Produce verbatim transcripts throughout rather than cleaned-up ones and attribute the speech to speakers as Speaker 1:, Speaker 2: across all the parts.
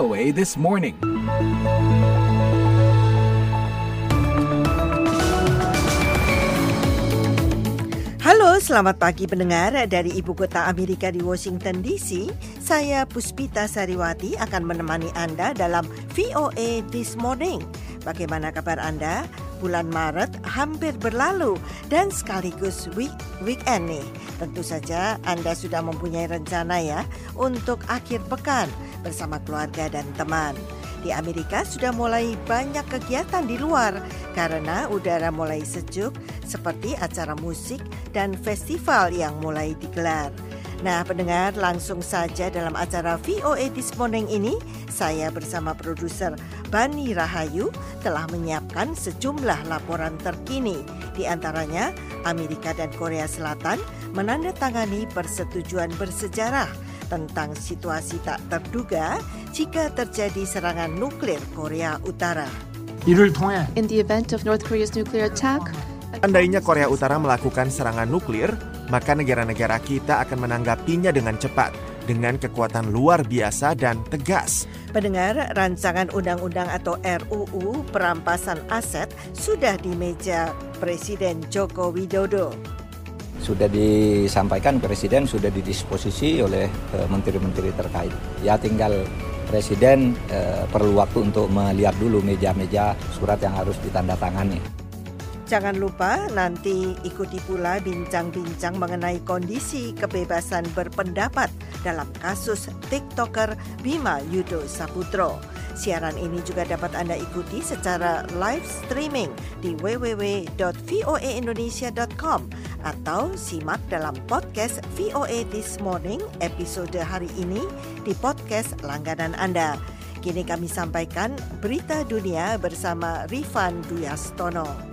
Speaker 1: O A This Morning.
Speaker 2: Halo, selamat pagi pendengar. Dari ibu kota Amerika di Washington D C, saya Puspita Sariwati akan menemani Anda dalam V O A This Morning. Bagaimana kabar Anda? Bulan Maret hampir berlalu dan sekaligus week weekend nih. Tentu saja Anda sudah mempunyai rencana ya untuk akhir pekan bersama keluarga dan teman. Di Amerika sudah mulai banyak kegiatan di luar karena udara mulai sejuk seperti acara musik dan festival yang mulai digelar. Nah, pendengar, langsung saja dalam acara V O A This Morning ini, saya bersama produser Bani Rahayu telah menyiapkan sejumlah laporan terkini. Di antaranya, Amerika dan Korea Selatan menandatangani persetujuan bersejarah tentang situasi tak terduga jika terjadi serangan nuklir Korea Utara.
Speaker 3: In the event of North Korea's nuclear attack,
Speaker 4: andainya Korea Utara melakukan serangan nuklir, maka negara-negara kita akan menanggapinya dengan cepat, dengan kekuatan luar biasa dan tegas.
Speaker 2: Pendengar, rancangan undang-undang atau R U U perampasan aset sudah di meja Presiden Joko Widodo.
Speaker 5: Sudah disampaikan Presiden, sudah didisposisi oleh uh, menteri-menteri terkait. Ya tinggal Presiden uh, perlu waktu untuk melihat dulu meja-meja surat yang harus ditandatangani.
Speaker 2: Jangan lupa nanti ikuti pula bincang-bincang mengenai kondisi kebebasan berpendapat dalam kasus TikToker Bima Yudho Saputro. Siaran ini juga dapat Anda ikuti secara live streaming di w w w dot voa indonesia dot com atau simak dalam podcast V O A This Morning episode hari ini di podcast langganan Anda. Kini kami sampaikan berita dunia bersama Rifan Duyastono.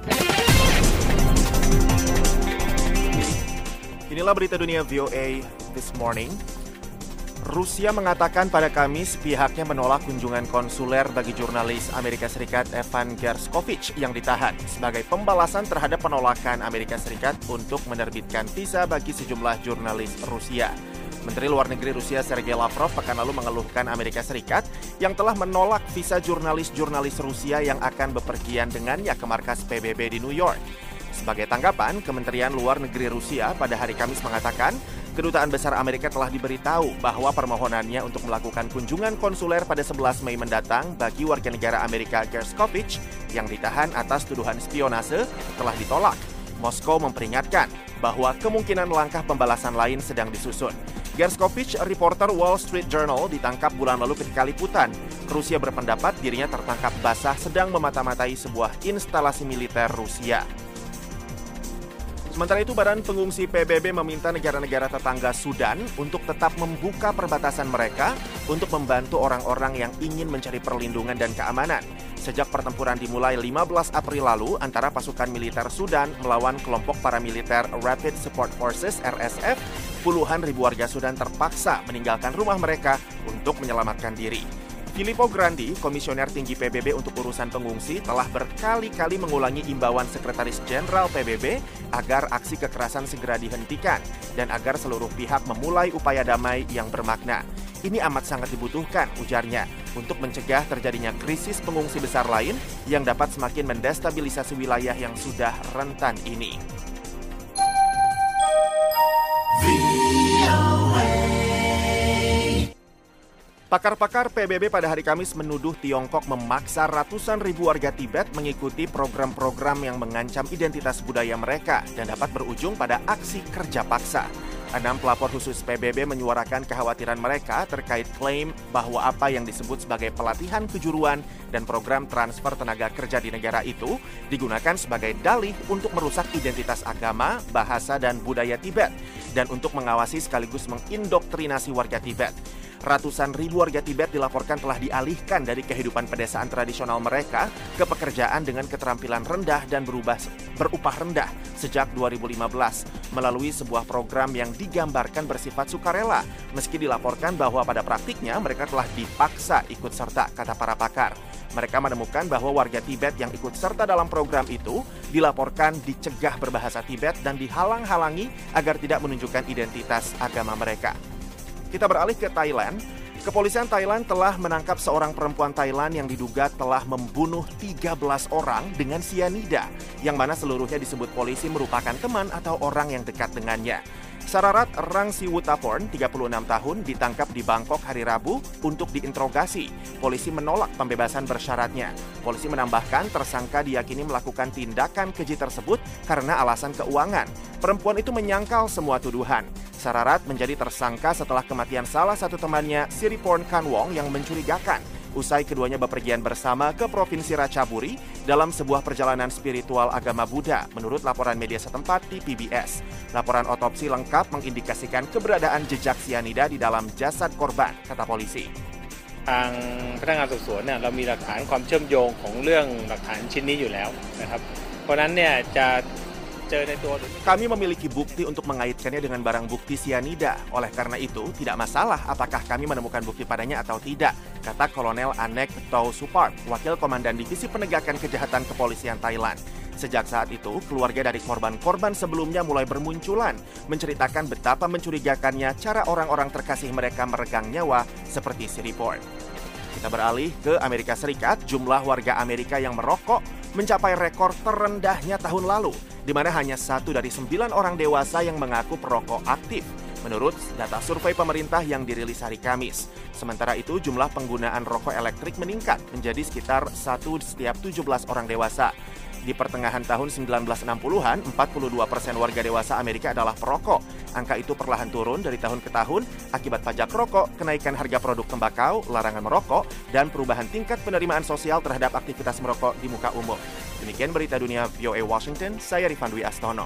Speaker 4: Inilah berita dunia V O A This Morning. Rusia mengatakan pada Kamis pihaknya menolak kunjungan konsuler bagi jurnalis Amerika Serikat Evan Gershkovich yang ditahan sebagai pembalasan terhadap penolakan Amerika Serikat untuk menerbitkan visa bagi sejumlah jurnalis Rusia. Menteri Luar Negeri Rusia Sergei Lavrov pekan lalu mengeluhkan Amerika Serikat yang telah menolak visa jurnalis-jurnalis Rusia yang akan bepergian dengannya ke markas P B B di New York. Sebagai tanggapan, Kementerian Luar Negeri Rusia pada hari Kamis mengatakan Kedutaan Besar Amerika telah diberitahu bahwa permohonannya untuk melakukan kunjungan konsuler pada sebelas Mei mendatang bagi warga negara Amerika Gershkovich yang ditahan atas tuduhan spionase telah ditolak. Moskow memperingatkan bahwa kemungkinan langkah pembalasan lain sedang disusun. Gershkovich, reporter Wall Street Journal, ditangkap bulan lalu ketika liputan. Rusia berpendapat dirinya tertangkap basah sedang memata-matai sebuah instalasi militer Rusia. Sementara itu, Badan Pengungsi P B B meminta negara-negara tetangga Sudan untuk tetap membuka perbatasan mereka untuk membantu orang-orang yang ingin mencari perlindungan dan keamanan. Sejak pertempuran dimulai lima belas April lalu antara pasukan militer Sudan melawan kelompok paramiliter Rapid Support Forces R S F, puluhan ribu warga Sudan terpaksa meninggalkan rumah mereka untuk menyelamatkan diri. Filippo Grandi, Komisioner Tinggi P B B untuk urusan pengungsi, telah berkali-kali mengulangi imbauan Sekretaris Jenderal P B B agar aksi kekerasan segera dihentikan dan agar seluruh pihak memulai upaya damai yang bermakna. Ini amat sangat dibutuhkan, ujarnya, untuk mencegah terjadinya krisis pengungsi besar lain yang dapat semakin mendestabilisasi wilayah yang sudah rentan ini. Pakar-pakar P B B pada hari Kamis menuduh Tiongkok memaksa ratusan ribu warga Tibet mengikuti program-program yang mengancam identitas budaya mereka dan dapat berujung pada aksi kerja paksa. Enam pelapor khusus P B B menyuarakan kekhawatiran mereka terkait klaim bahwa apa yang disebut sebagai pelatihan kejuruan dan program transfer tenaga kerja di negara itu digunakan sebagai dalih untuk merusak identitas agama, bahasa, dan budaya Tibet dan untuk mengawasi sekaligus mengindoktrinasi warga Tibet. Ratusan ribu warga Tibet dilaporkan telah dialihkan dari kehidupan pedesaan tradisional mereka ke pekerjaan dengan keterampilan rendah dan berubah berupah rendah sejak dua ribu lima belas melalui sebuah program yang digambarkan bersifat sukarela, meski dilaporkan bahwa pada praktiknya mereka telah dipaksa ikut serta, kata para pakar. Mereka menemukan bahwa warga Tibet yang ikut serta dalam program itu dilaporkan dicegah berbahasa Tibet dan dihalang-halangi agar tidak menunjukkan identitas agama mereka. Kita beralih ke Thailand. Kepolisian Thailand telah menangkap seorang perempuan Thailand yang diduga telah membunuh tiga belas orang dengan sianida, yang mana seluruhnya disebut polisi merupakan teman atau orang yang dekat dengannya. Sararat Rangsiwutaporn, tiga puluh enam tahun, ditangkap di Bangkok hari Rabu untuk diinterogasi. Polisi menolak pembebasan bersyaratnya. Polisi menambahkan tersangka diyakini melakukan tindakan keji tersebut karena alasan keuangan. Perempuan itu menyangkal semua tuduhan. Sararat menjadi tersangka setelah kematian salah satu temannya, Siriporn Kanwong, yang mencurigakan usai keduanya bepergian bersama ke Provinsi Ratchaburi dalam sebuah perjalanan spiritual agama Buddha, menurut laporan media setempat di P B S. Laporan otopsi lengkap mengindikasikan keberadaan jejak sianida di dalam jasad korban, kata polisi.
Speaker 1: ทางพนักงานสอบสวนเนี่ยเรามีหลักฐานความเชื่อมโยงของเรื่องหลักฐานชิ้นนี้อยู่แล้วนะครับเพราะนั้นเนี่ยจะ Kami memiliki bukti untuk mengaitkannya dengan barang bukti sianida. Oleh karena itu, tidak masalah apakah kami menemukan bukti padanya atau tidak, kata Kolonel Anek Tau Supart, Wakil Komandan Divisi Penegakan Kejahatan Kepolisian Thailand. Sejak saat itu, keluarga dari korban-korban sebelumnya mulai bermunculan, menceritakan betapa mencurigakannya cara orang-orang terkasih mereka meregang nyawa seperti Siriporn. Kita beralih ke Amerika Serikat. Jumlah warga Amerika yang merokok mencapai rekor terendahnya tahun lalu, di mana hanya satu dari sembilan orang dewasa yang mengaku perokok aktif, menurut data survei pemerintah yang dirilis hari Kamis. Sementara itu, jumlah penggunaan rokok elektrik meningkat menjadi sekitar satu setiap tujuh belas orang dewasa. Di pertengahan tahun sembilan belas enam puluhan, empat puluh dua persen warga dewasa Amerika adalah perokok. Angka itu perlahan turun dari tahun ke tahun akibat pajak rokok, kenaikan harga produk tembakau, larangan merokok, dan perubahan tingkat penerimaan sosial terhadap aktivitas merokok di muka umum. Demikian berita dunia V O A Washington, saya Rifan Dwi Astono.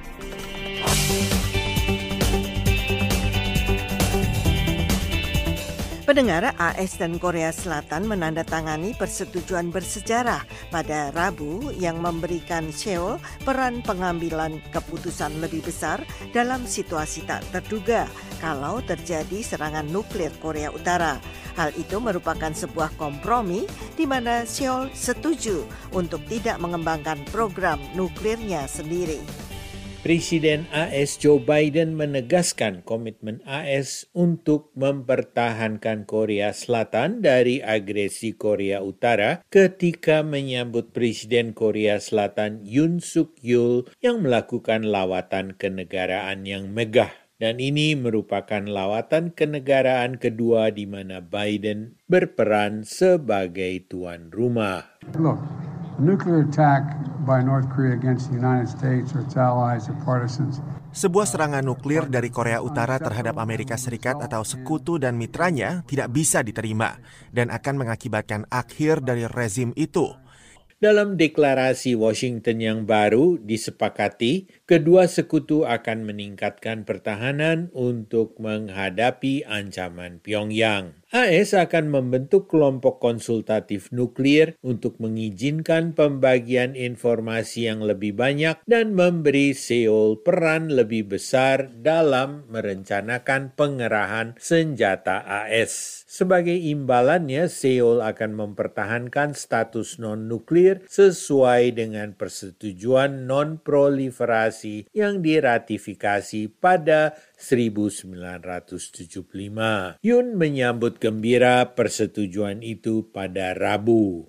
Speaker 2: Pendengar, A S dan Korea Selatan menandatangani persetujuan bersejarah pada Rabu yang memberikan Seoul peran pengambilan keputusan lebih besar dalam situasi tak terduga kalau terjadi serangan nuklir Korea Utara. Hal itu merupakan sebuah kompromi di mana Seoul setuju untuk tidak mengembangkan program nuklirnya sendiri.
Speaker 6: Presiden A S Joe Biden menegaskan komitmen A S untuk mempertahankan Korea Selatan dari agresi Korea Utara ketika menyambut Presiden Korea Selatan Yoon Suk Yeol yang melakukan lawatan kenegaraan yang megah. Dan ini merupakan lawatan kenegaraan kedua di mana Biden berperan sebagai tuan rumah.
Speaker 7: Look, nuclear attack by North Korea against the United States or its allies or partisans.
Speaker 4: Sebuah serangan nuklir dari Korea Utara terhadap Amerika Serikat atau sekutu dan mitranya tidak bisa diterima dan akan mengakibatkan akhir dari rezim itu.
Speaker 6: Dalam deklarasi Washington yang baru disepakati, kedua sekutu akan meningkatkan pertahanan untuk menghadapi ancaman Pyongyang. A S akan membentuk kelompok konsultatif nuklir untuk mengizinkan pembagian informasi yang lebih banyak dan memberi Seoul peran lebih besar dalam merencanakan pengerahan senjata A S. Sebagai imbalannya, Seoul akan mempertahankan status non-nuklir sesuai dengan persetujuan non-proliferasi yang diratifikasi pada seribu sembilan ratus tujuh puluh lima. Yoon menyambut gembira persetujuan itu pada Rabu.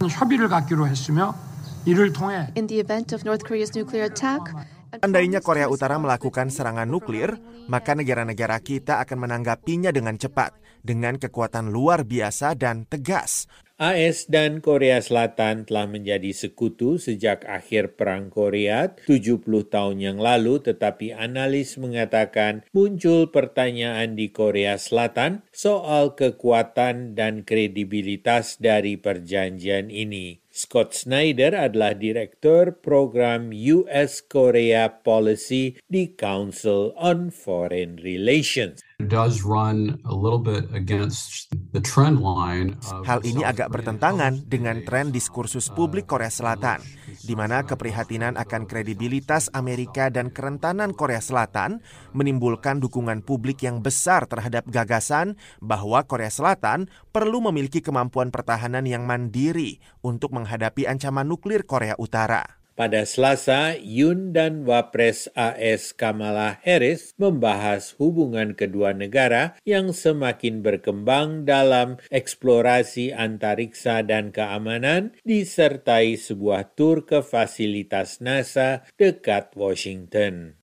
Speaker 3: In the event of North Korea's nuclear attack,
Speaker 4: Andainya Korea Utara melakukan serangan nuklir, maka negara-negara kita akan menanggapinya dengan cepat, dengan kekuatan luar biasa dan tegas.
Speaker 6: A S dan Korea Selatan telah menjadi sekutu sejak akhir Perang Korea tujuh puluh tahun yang lalu, tetapi analis mengatakan muncul pertanyaan di Korea Selatan soal kekuatan dan kredibilitas dari perjanjian ini. Scott Snyder adalah Direktur Program U S Korea Policy di Council on Foreign Relations.
Speaker 8: It does run a little bit against the trend line of
Speaker 4: Hal ini agak bertentangan dengan tren diskursus publik Korea Selatan, di mana keprihatinan akan kredibilitas Amerika dan kerentanan Korea Selatan menimbulkan dukungan publik yang besar terhadap gagasan bahwa Korea Selatan perlu memiliki kemampuan pertahanan yang mandiri untuk menghadapi ancaman nuklir Korea Utara.
Speaker 6: Pada Selasa, Yoon dan Wapres A S Kamala Harris membahas hubungan kedua negara yang semakin berkembang dalam eksplorasi antariksa dan keamanan disertai sebuah tur ke fasilitas NASA dekat Washington.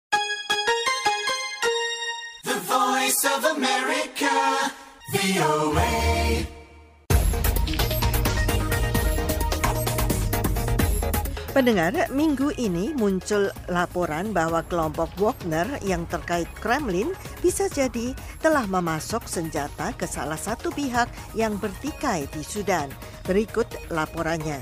Speaker 9: The Voice of America, V O A.
Speaker 2: Pendengar, minggu ini muncul laporan bahwa kelompok Wagner yang terkait Kremlin bisa jadi telah memasok senjata ke salah satu pihak yang bertikai di Sudan. Berikut laporannya.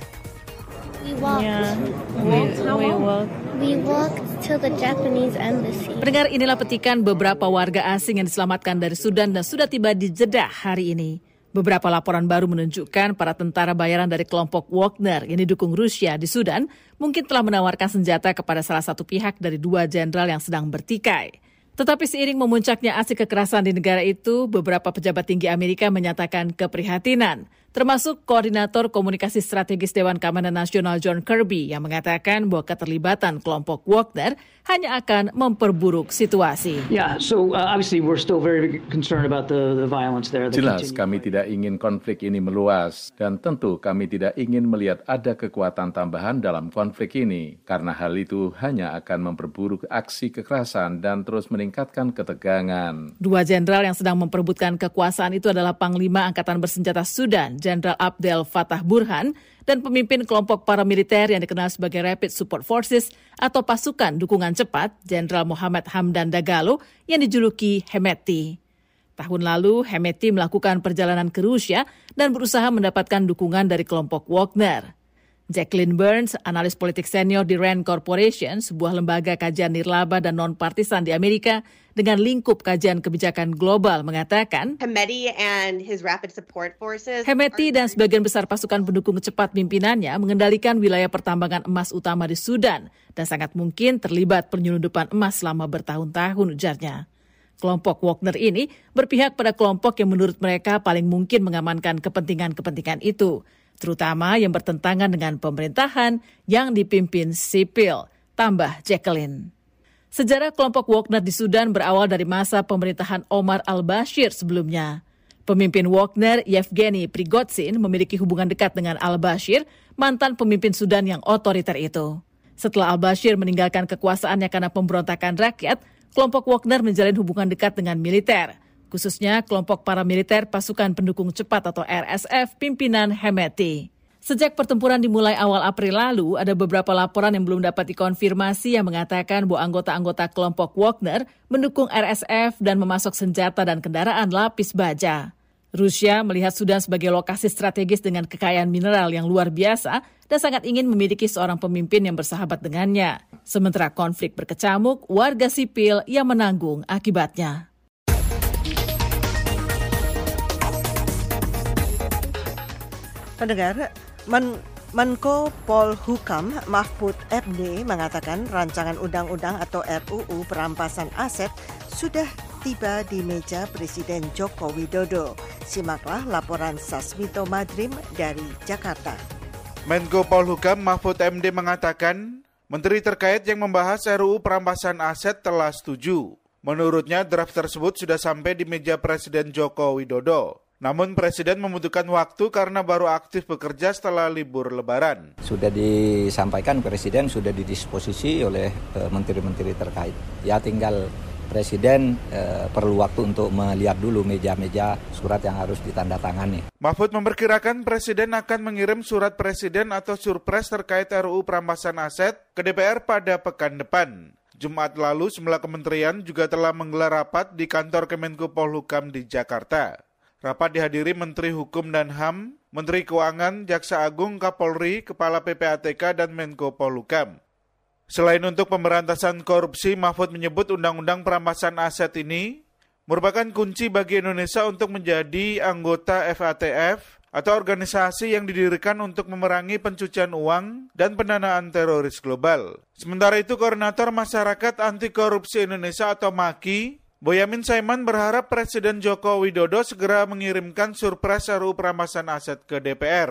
Speaker 10: We walked. Yeah, we, we walked. We walked to the Japanese embassy.
Speaker 11: Pendengar, inilah petikan beberapa warga asing yang diselamatkan dari Sudan dan sudah tiba di Jeddah hari ini. Beberapa laporan baru menunjukkan para tentara bayaran dari kelompok Wagner yang didukung Rusia di Sudan mungkin telah menawarkan senjata kepada salah satu pihak dari dua jenderal yang sedang bertikai. Tetapi seiring memuncaknya aksi kekerasan di negara itu, beberapa pejabat tinggi Amerika menyatakan keprihatinan, termasuk Koordinator Komunikasi Strategis Dewan Keamanan Nasional John Kirby yang mengatakan bahwa keterlibatan kelompok Wagner hanya akan memperburuk situasi.
Speaker 12: Yeah, so uh, obviously we're still very concerned about the, the violence there. The
Speaker 13: Jelas kami tidak ingin konflik ini meluas dan tentu kami tidak ingin melihat ada kekuatan tambahan dalam konflik ini karena hal itu hanya akan memperburuk aksi kekerasan dan terus meningkatkan ketegangan.
Speaker 11: Dua jenderal yang sedang memperebutkan kekuasaan itu adalah Panglima Angkatan Bersenjata Sudan, Jenderal Abdel Fattah Burhan, dan pemimpin kelompok paramiliter yang dikenal sebagai Rapid Support Forces atau pasukan dukungan cepat, Jenderal Muhammad Hamdan Dagalo yang dijuluki Hemeti. Tahun lalu, Hemeti melakukan perjalanan ke Rusia dan berusaha mendapatkan dukungan dari kelompok Wagner. Jacqueline Burns, analis politik senior di Rand Corporation, sebuah lembaga kajian nirlaba dan non-partisan di Amerika dengan lingkup kajian kebijakan global, mengatakan
Speaker 14: Hemeti and his rapid support forces
Speaker 11: Hemeti dan sebagian besar pasukan pendukung cepat pimpinannya mengendalikan wilayah pertambangan emas utama di Sudan dan sangat mungkin terlibat penyelundupan emas selama bertahun-tahun, ujarnya. Kelompok Wagner ini berpihak pada kelompok yang menurut mereka paling mungkin mengamankan kepentingan-kepentingan itu, terutama yang bertentangan dengan pemerintahan yang dipimpin sipil, tambah Jacqueline. Sejarah kelompok Wagner di Sudan berawal dari masa pemerintahan Omar al-Bashir sebelumnya. Pemimpin Wagner, Yevgeny Prigozhin, memiliki hubungan dekat dengan al-Bashir, mantan pemimpin Sudan yang otoriter itu. Setelah al-Bashir meninggalkan kekuasaannya karena pemberontakan rakyat, kelompok Wagner menjalin hubungan dekat dengan militer, khususnya kelompok paramiliter pasukan pendukung cepat atau R S F pimpinan Hemeti. Sejak pertempuran dimulai awal April lalu, ada beberapa laporan yang belum dapat dikonfirmasi yang mengatakan bahwa anggota-anggota kelompok Wagner mendukung R S F dan memasok senjata dan kendaraan lapis baja. Rusia melihat Sudan sebagai lokasi strategis dengan kekayaan mineral yang luar biasa dan sangat ingin memiliki seorang pemimpin yang bersahabat dengannya. Sementara konflik berkecamuk, warga sipil yang menanggung akibatnya.
Speaker 2: Pendengar, Men- Menko Polhukam Mahfud M D mengatakan rancangan undang-undang atau R U U perampasan aset sudah tiba di meja Presiden Joko Widodo. Simaklah laporan Sasmito Madrim dari Jakarta.
Speaker 15: Menko Polhukam Mahfud M D mengatakan, menteri terkait yang membahas R U U perampasan aset telah setuju. Menurutnya, draft tersebut sudah sampai di meja Presiden Joko Widodo. Namun Presiden membutuhkan waktu karena baru aktif bekerja setelah libur Lebaran.
Speaker 5: Sudah disampaikan Presiden, sudah didisposisi oleh uh, menteri-menteri terkait. Ya tinggal Presiden uh, perlu waktu untuk melihat dulu meja-meja surat yang harus ditandatangani.
Speaker 15: Mahfud memperkirakan Presiden akan mengirim surat Presiden atau surpres terkait R U U perampasan aset ke D P R pada pekan depan. Jumat lalu, sembilan kementerian juga telah menggelar rapat di kantor Kemenko Polhukam di Jakarta. Rapat dihadiri Menteri Hukum dan H A M, Menteri Keuangan, Jaksa Agung, Kapolri, Kepala P P A T K, dan Menko Polhukam. Selain untuk pemberantasan korupsi, Mahfud menyebut undang-undang perampasan aset ini merupakan kunci bagi Indonesia untuk menjadi anggota F A T F atau organisasi yang didirikan untuk memerangi pencucian uang dan pendanaan teroris global. Sementara itu, Koordinator Masyarakat Anti Korupsi Indonesia atau MAKI, Boyamin Saiman berharap Presiden Joko Widodo segera mengirimkan surpres R U U perampasan aset ke D P R.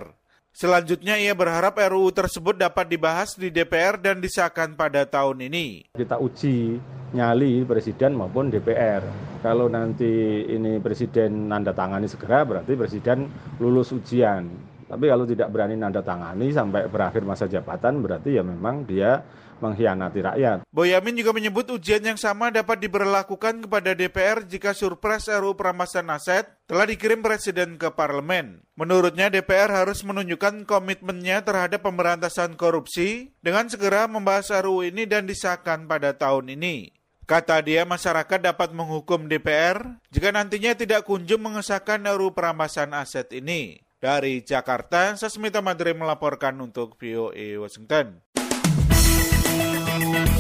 Speaker 15: Selanjutnya ia berharap R U U tersebut dapat dibahas di D P R dan disahkan pada tahun ini.
Speaker 16: Kita uji nyali Presiden maupun D P R. Kalau nanti ini Presiden nanda tangani segera berarti Presiden lulus ujian. Tapi kalau tidak berani nanda tangani sampai berakhir masa jabatan berarti ya memang dia mengkhianati rakyat.
Speaker 15: Boyamin juga menyebut ujian yang sama dapat diberlakukan kepada D P R jika surpres R U U perampasan aset telah dikirim Presiden ke parlemen. Menurutnya D P R harus menunjukkan komitmennya terhadap pemberantasan korupsi dengan segera membahas R U U ini dan disahkan pada tahun ini. Kata dia, masyarakat dapat menghukum D P R jika nantinya tidak kunjung mengesahkan R U U perampasan aset ini. Dari Jakarta, Sasmita Madri melaporkan untuk V O A Washington.